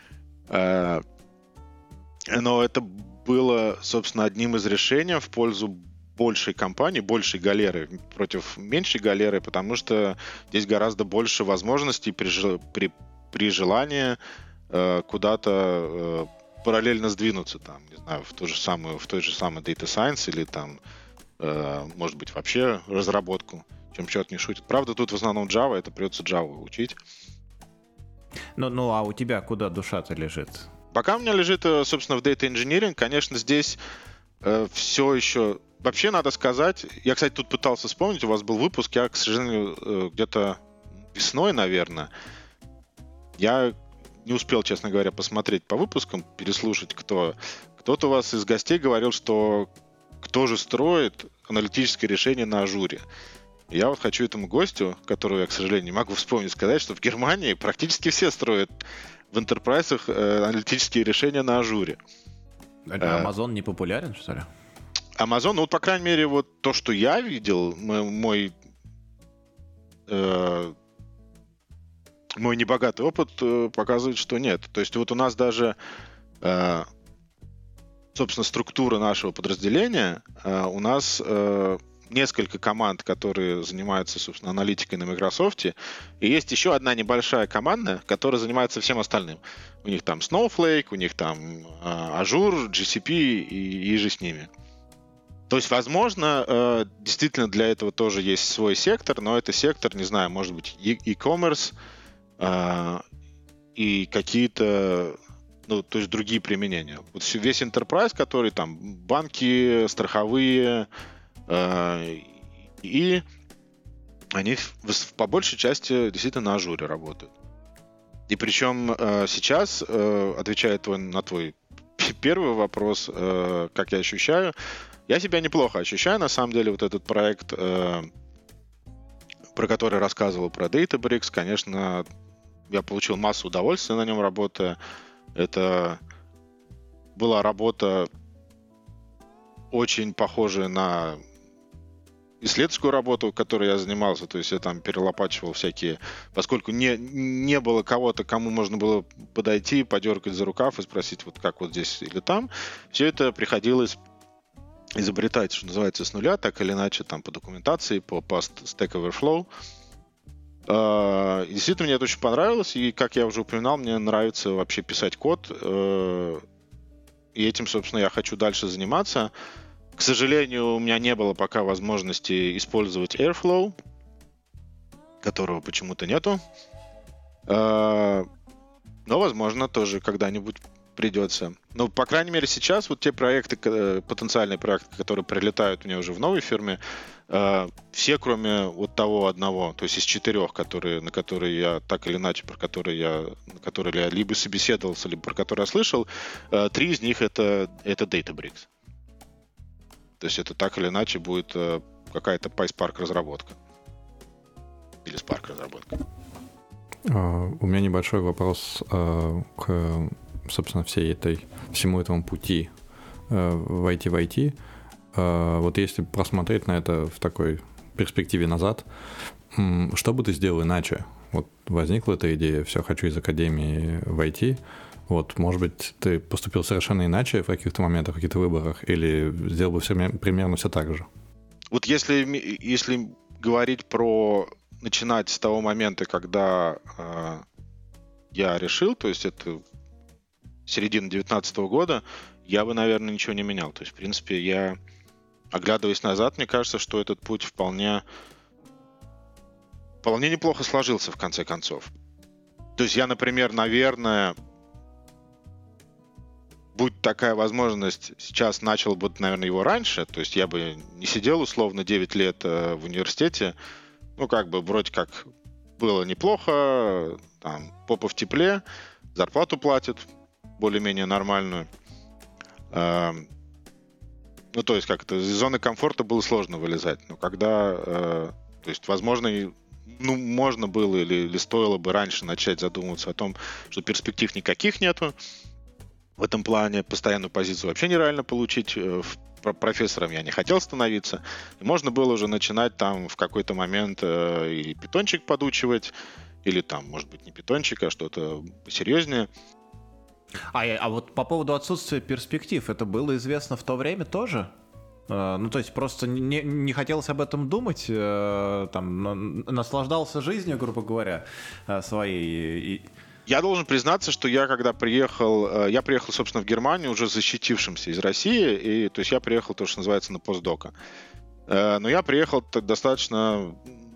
Но это было, собственно, одним из решений в пользу большей компании, большей галеры против меньшей галеры, потому что здесь гораздо больше возможностей при желании куда-то параллельно сдвинуться, там, не знаю, в той же самой Data Science или там, может быть, вообще разработку. чем черт не шутит. Правда, тут в основном Java, это придется Java учить. Ну, а у тебя куда душа-то лежит? Пока у меня лежит, собственно, в Data Engineering, конечно, здесь все еще... Вообще, надо сказать, я, кстати, тут пытался вспомнить, у вас был выпуск, я, к сожалению, где-то весной, наверное, я не успел, честно говоря, посмотреть по выпускам, переслушать, кто-то у вас из гостей говорил, что кто же строит аналитическое решение на Ажуре. Я вот хочу этому гостю, которого я, к сожалению, не могу вспомнить, сказать, что в Германии практически все строят в энтерпрайсах аналитические решения на Ажуре. Amazon не популярен, что ли? Amazon, ну, по крайней мере, вот то, что я видел, мой небогатый опыт показывает, что нет. То есть вот у нас даже, собственно, структура нашего подразделения, у нас несколько команд, которые занимаются, собственно, аналитикой на Microsoft, и есть еще одна небольшая команда, которая занимается всем остальным. У них там Snowflake, у них там Azure, GCP и же с ними. То есть, возможно, действительно для этого тоже есть свой сектор, но это сектор, не знаю, может быть, e-commerce и какие-то, ну, то есть другие применения. Вот весь enterprise, который там банки, страховые, и они по большей части действительно на Ажуре работают. И причем сейчас, отвечая на твой первый вопрос, как я ощущаю, я себя неплохо ощущаю, на самом деле, вот этот проект, про который рассказывал, про Databricks, конечно, я получил массу удовольствия на нем работая. Это была работа очень похожая на исследовательскую работу, которой я занимался, то есть я там перелопачивал всякие, поскольку не было кого-то, кому можно было подойти, подергать за рукав и спросить, вот как вот здесь или там, все это приходилось изобретать, что называется, с нуля, так или иначе, там, по документации, по Stack Overflow. И действительно, мне это очень понравилось, и, как я уже упоминал, мне нравится вообще писать код, и этим, собственно, я хочу дальше заниматься. К сожалению, у меня не было пока возможности использовать Airflow, которого почему-то нету. Но, возможно, тоже когда-нибудь придется. Но, по крайней мере, сейчас вот те проекты, потенциальные проекты, которые прилетают мне уже в новой фирме, все, кроме вот того одного, то есть из 4, на которые я так или иначе, на которые я либо собеседовался, либо про которые я слышал, 3 из них это Databricks. То есть это так или иначе будет какая-то PySpark разработка. Или Spark разработка. У меня небольшой вопрос к, собственно, всему этому пути в IT. Вот если просмотреть на это в такой перспективе назад, что бы ты сделал иначе? Вот возникла эта идея, все, хочу из академии в IT. Вот, может быть, ты поступил совершенно иначе в каких-то моментах, в каких-то выборах, или сделал бы примерно все так же? Вот если говорить про начинать с того момента, когда я решил, то есть это середина 2019 года, я бы, наверное, ничего не менял. То есть, в принципе, я, оглядываясь назад, мне кажется, что этот путь вполне неплохо сложился, в конце концов. То есть я, например, наверное, будь такая возможность, сейчас начал бы, наверное, его раньше, то есть я бы не сидел условно 9 лет в университете, ну, как бы, вроде как было неплохо, там, попа в тепле, зарплату платят более-менее нормальную. Ну, то есть как-то из зоны комфорта было сложно вылезать, но когда, то есть, возможно, ну, можно было или стоило бы раньше начать задумываться о том, что перспектив никаких нету, в этом плане постоянную позицию вообще нереально получить. Профессором я не хотел становиться. И можно было уже начинать там в какой-то момент и питончик подучивать, или там, может быть, не питончик, а что-то посерьезнее. А вот по поводу отсутствия перспектив, это было известно в то время тоже? Ну, то есть просто не хотелось об этом думать, там, наслаждался жизнью, грубо говоря, своей... Я должен признаться, что я когда приехал, собственно, в Германию уже защитившимся из России, и то есть я приехал, то, что называется, на постдока. Но я приехал достаточно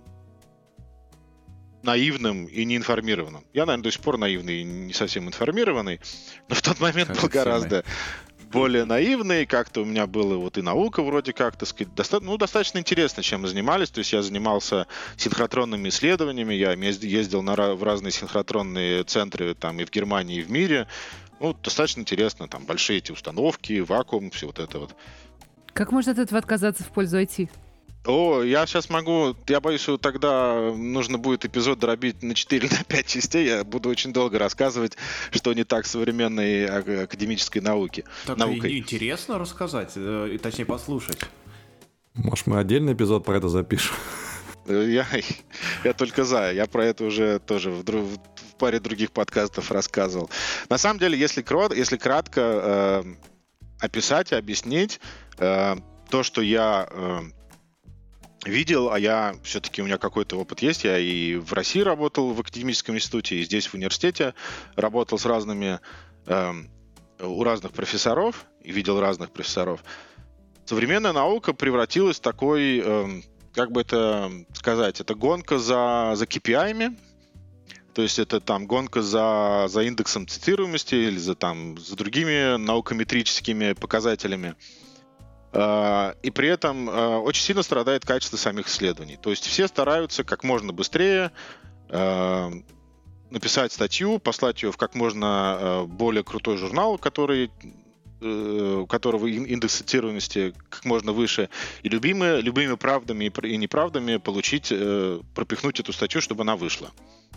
наивным и неинформированным. Я, наверное, до сих пор наивный и не совсем информированный, но в тот момент Как был и все мы. гораздо более наивный, как-то у меня была вот и наука вроде как, так сказать, достаточно интересно, чем мы занимались. То есть я занимался синхротронными исследованиями, я ездил в разные синхротронные центры там и в Германии, и в мире. Ну, достаточно интересно, там большие эти установки, вакуум, все вот это вот. Как можно от этого отказаться в пользу IT? Я сейчас могу, я боюсь, что тогда нужно будет эпизод дробить на 4 на 5 частей, я буду очень долго рассказывать, что не так в современной академической науке. Так наукой. интересно рассказать, точнее послушать. Может, мы отдельный эпизод про это запишем? Я только за, я про это уже тоже в паре других подкастов рассказывал. На самом деле, если кратко описать и объяснить то, что я видел, а я все-таки, у меня какой-то опыт есть, я и в России работал в академическом институте, и здесь в университете работал с разными, у разных профессоров, и видел разных профессоров. Современная наука превратилась в такой, как бы это сказать, это гонка за KPI-ами, то есть это там гонка за индексом цитируемости или за другими наукометрическими показателями. И при этом очень сильно страдает качество самих исследований. То есть все стараются как можно быстрее написать статью, послать ее в как можно более крутой журнал, у которого индекс цитируемости как можно выше, и любыми правдами и неправдами пропихнуть эту статью, чтобы она вышла.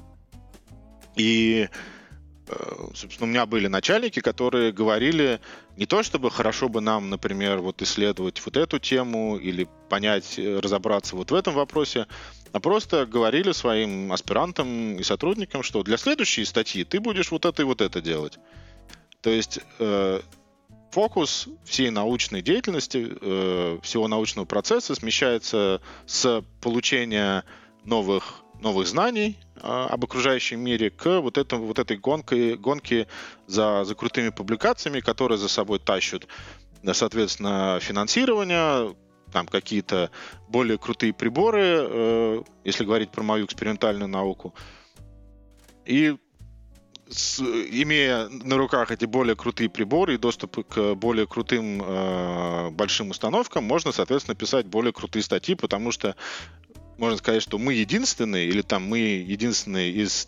И собственно, у меня были начальники, которые говорили не то, чтобы хорошо бы нам, например, вот исследовать вот эту тему или понять, разобраться вот в этом вопросе, а просто говорили своим аспирантам и сотрудникам, что для следующей статьи ты будешь вот это и вот это делать. То есть фокус всей научной деятельности, всего научного процесса смещается с получения новых знаний об окружающем мире к вот этой гонке за крутыми публикациями, которые за собой тащат, соответственно, финансирование, там какие-то более крутые приборы, если говорить про мою экспериментальную науку. И имея на руках эти более крутые приборы и доступ к более крутым большим установкам, можно, соответственно, писать более крутые статьи, потому что можно сказать, что мы единственные, или мы единственные из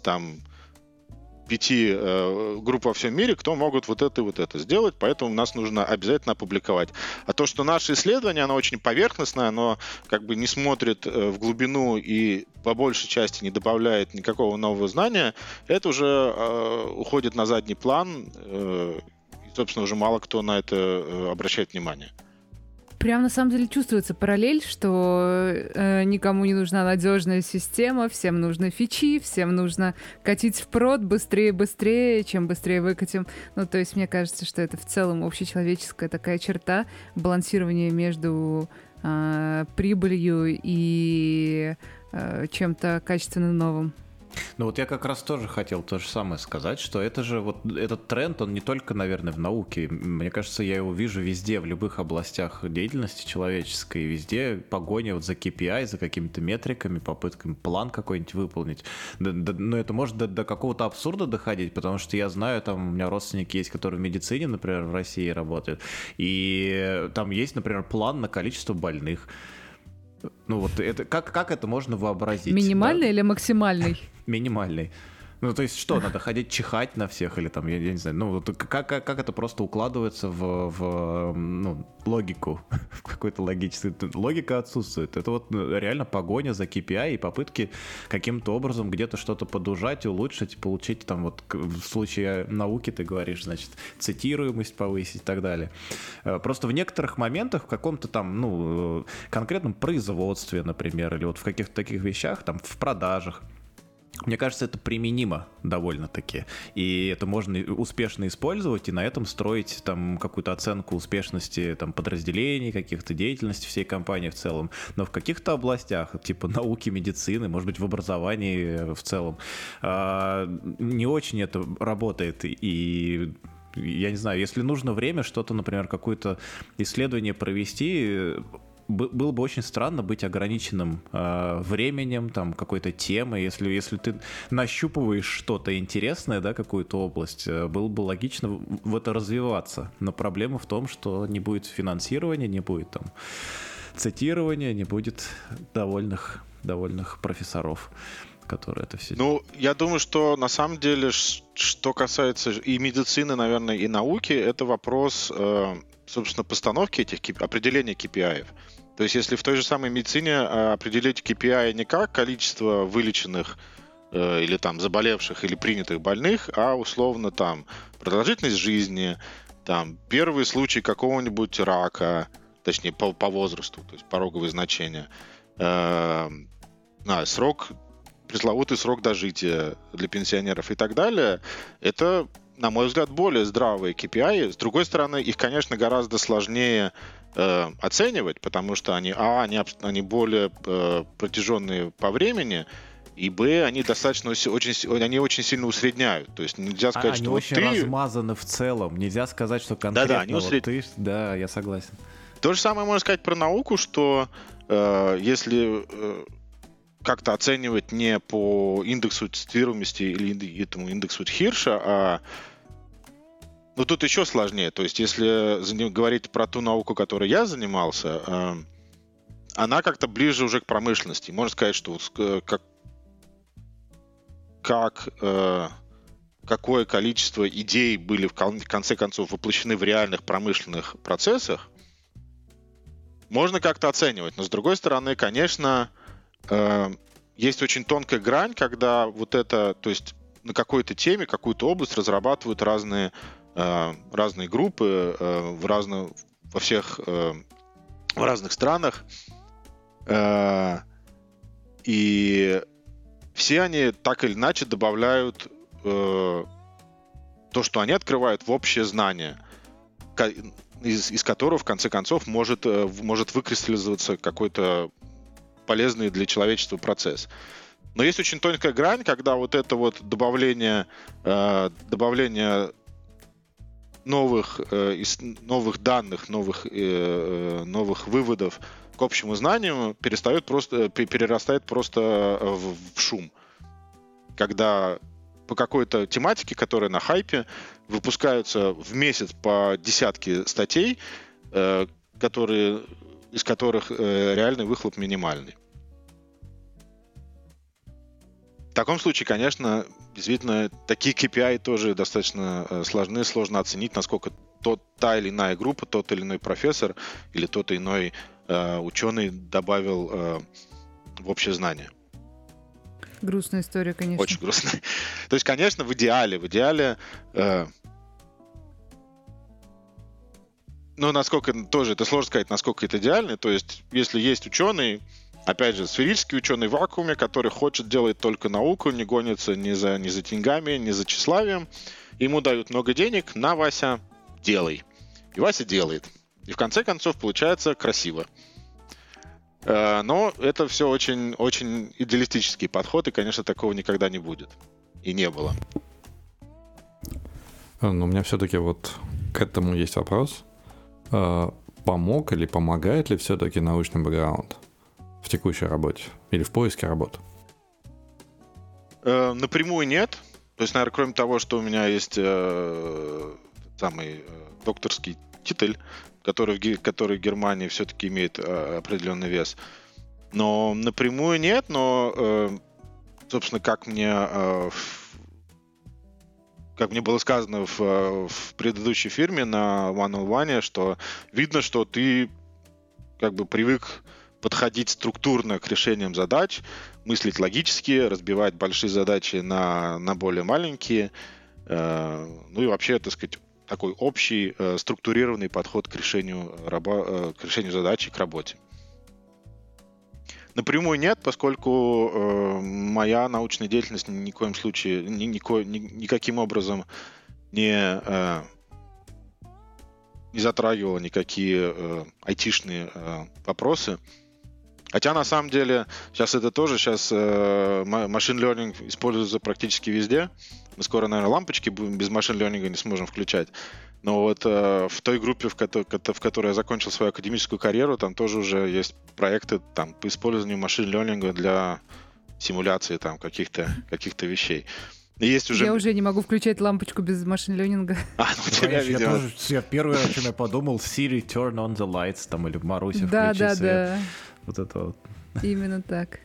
5 групп во всем мире, кто могут вот это сделать, поэтому нас нужно обязательно опубликовать. А то, что наше исследование, оно очень поверхностное, оно как бы не смотрит в глубину и по большей части не добавляет никакого нового знания, это уже уходит на задний план, и, собственно, уже мало кто на это обращает внимание. Прям на самом деле чувствуется параллель, что никому не нужна надежная система, всем нужны фичи, всем нужно катить в прод быстрее, чем быстрее выкатим. Ну, то есть мне кажется, что это в целом общечеловеческая такая черта балансирования между прибылью и чем-то качественно новым. Ну вот я как раз тоже хотел то же самое сказать, что это же вот этот тренд, он не только, наверное, в науке. Мне кажется, я его вижу везде, в любых областях деятельности человеческой, везде погоня вот за KPI, за какими-то метриками, попытками план какой-нибудь выполнить. Но это может до какого-то абсурда доходить, потому что я знаю, там у меня родственники есть, которые в медицине, например, в России работают, и там есть, например, план на количество больных. Ну вот это как это можно вообразить? Минимальный, да? Или максимальный? Минимальный. Ну, то есть что, надо ходить чихать на всех или там, я не знаю, ну, вот как это просто укладывается в логику, в какой-то логический... Логика отсутствует. Это вот реально погоня за KPI и попытки каким-то образом где-то что-то подужать, улучшить, получить там вот в случае науки, ты говоришь, значит, цитируемость повысить и так далее. Просто в некоторых моментах, в каком-то там, конкретном производстве, например, или вот в каких-то таких вещах, там, в продажах, мне кажется, это применимо довольно-таки. И это можно успешно использовать и на этом строить там какую-то оценку успешности там, подразделений, каких-то деятельности всей компании в целом. Но в каких-то областях, типа науки, медицины, может быть, в образовании в целом, не очень это работает. И я не знаю, если нужно время что-то, например, какое-то исследование провести, было бы очень странно быть ограниченным временем, там, какой-то темой. Если ты нащупываешь что-то интересное, да, какую-то область, было бы логично в это развиваться. Но проблема в том, что не будет финансирования, не будет там цитирования, не будет довольных профессоров, которые это все делают. Ну, я думаю, что на самом деле, что касается и медицины, наверное, и науки, это вопрос, собственно, постановки определения KPI. То есть, если в той же самой медицине определить KPI не как количество вылеченных или там заболевших или принятых больных, а условно там продолжительность жизни, там первый случай какого-нибудь рака, точнее по возрасту, то есть пороговые значения, пресловутый срок дожития для пенсионеров и так далее, это, на мой взгляд, более здравые KPI. С другой стороны, их, конечно, гораздо сложнее оценивать, потому что они более протяженные по времени, и б, они достаточно очень сильно усредняют. То есть нельзя сказать, что они очень размазаны в целом. Нельзя сказать, что конкретно ты... Да, я согласен. То же самое можно сказать про науку, что если как-то оценивать не по индексу цитируемости или этому индексу Хирша, ну тут еще сложнее. То есть если говорить про ту науку, которой я занимался, она как-то ближе уже к промышленности. Можно сказать, что какое количество идей были в конце концов воплощены в реальных промышленных процессах, можно как-то оценивать. Но с другой стороны, конечно, есть очень тонкая грань, когда вот это, то есть на какой-то теме, какую-то область разрабатывают разные группы в разных странах, и все они так или иначе добавляют то, что они открывают в общее знание, из которого в конце концов может выкристаллизоваться какой-то полезный для человечества процесс. Но есть очень тонкая грань, когда вот это вот добавление новых данных, новых выводов к общему знанию перерастает просто в шум. Когда по какой-то тематике, которая на хайпе, выпускаются в месяц по десятки статей, из которых реальный выхлоп минимальный. В таком случае, конечно, действительно, такие KPI тоже достаточно сложно оценить, насколько та или иная группа, тот или иной профессор или тот или иной ученый добавил в общее знание. Грустная история, конечно. Очень грустная. То есть, конечно, в идеале, ну, насколько тоже, это сложно сказать, насколько это идеально. То есть, если есть ученый, опять же, сферический ученый в вакууме, который хочет делать только науку, не гонится ни за деньгами, ни за тщеславием, ему дают много денег, на, Вася, делай. И Вася делает. И в конце концов получается красиво. Но это все очень, очень идеалистический подход, и, конечно, такого никогда не будет. И не было. Но у меня все-таки вот к этому есть вопрос. Помог или помогает ли все-таки научный бэкграунд в текущей работе или в поиске работы? Напрямую нет. То есть, наверное, кроме того, что у меня есть самый докторский титуль, который в Германии все-таки имеет определенный вес. Но напрямую нет, но, собственно, как мне было сказано в предыдущей фирме на One-on-One, что видно, что ты как бы привык подходить структурно к решениям задач, мыслить логически, разбивать большие задачи на более маленькие, ну и вообще, так сказать, такой общий структурированный подход к решению задачи, к работе. Напрямую нет, поскольку моя научная деятельность ни в коем случае, никаким образом не затрагивала никакие айтишные вопросы. Хотя, на самом деле, сейчас машин learning используется практически везде. Мы скоро, наверное, лампочки без машин learning не сможем включать. Но вот в той группе, в которой я закончил свою академическую карьеру, там тоже уже есть проекты там, по использованию машин-лернинга для симуляции там, каких-то вещей. И есть уже... Я уже не могу включать лампочку без машин-ленинга. Ну у тебя, видимо... Я первое, о чем я подумал, Siri, turn on the lights, там, или Маруся, включи свет. Да. Вот это вот. Именно так.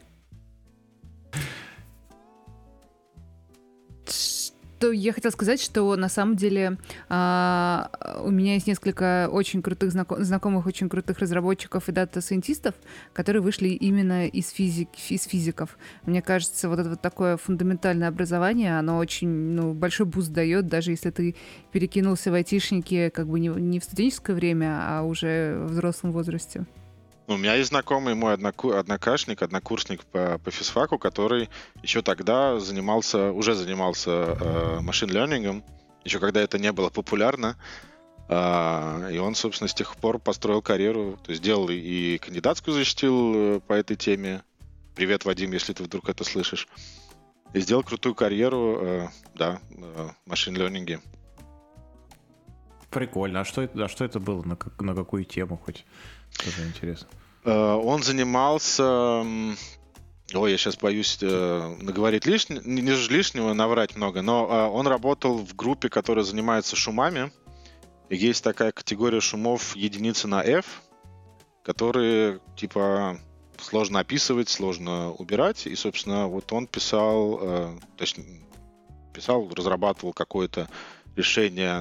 Что я хотела сказать, что на самом деле у меня есть несколько очень крутых знакомых, очень крутых разработчиков и дата-сайентистов, которые вышли именно из физиков. Мне кажется, вот это вот такое фундаментальное образование, оно очень большой буст дает, даже если ты перекинулся в айтишники как бы не в студенческое время, а уже в взрослом возрасте. У меня есть знакомый мой однокурсник по физфаку, который еще тогда уже занимался машин-лернингом, еще когда это не было популярно. И он, собственно, с тех пор построил карьеру, то есть сделал и кандидатскую защитил по этой теме. Привет, Вадим, если ты вдруг это слышишь. И сделал крутую карьеру, в машин-лернинге. Прикольно. А что это было? На какую тему хоть? Тоже интересно. Он занимался... я сейчас боюсь наговорить лишнего, наврать много, но он работал в группе, которая занимается шумами. И есть такая категория шумов единицы на F, которые, типа, сложно описывать, сложно убирать. И, собственно, вот он разрабатывал какое-то решение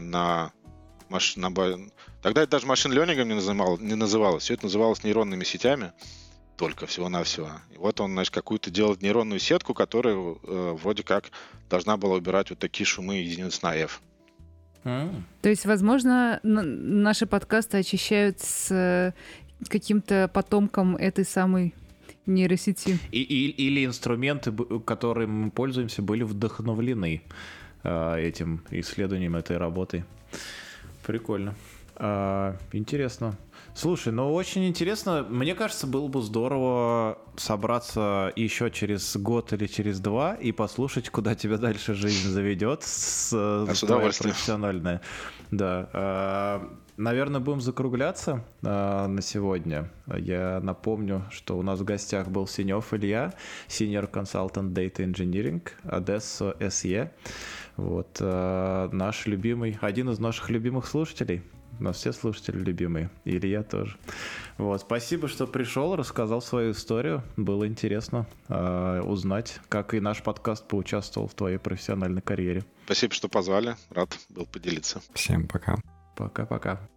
Тогда это даже машин-лернингом не называлось. Все это называлось нейронными сетями. Только всего-навсего. И вот он, какую-то делает нейронную сетку, которая вроде как должна была убирать вот такие шумы единиц на F. То есть, возможно, наши подкасты очищают с каким-то потомком этой самой нейросети. Или инструменты, которыми мы пользуемся, были вдохновлены этим исследованием, этой работой. Прикольно. Интересно. Слушай, очень интересно. Мне кажется, было бы здорово собраться еще через год или через 2 и послушать, куда тебя дальше жизнь заведет с удовольствием. Профессиональная. Да. Наверное, будем закругляться на сегодня. Я напомню, что у нас в гостях был Синев Илья, Senior Consultant Data Engineering, Adesso SE. Вот, наш любимый, один из наших любимых слушателей. У нас все слушатели любимые, и Илья тоже. Вот, спасибо, что пришел, рассказал свою историю. Было интересно узнать, как и наш подкаст поучаствовал в твоей профессиональной карьере. Спасибо, что позвали. Рад был поделиться. Всем пока. Пока-пока.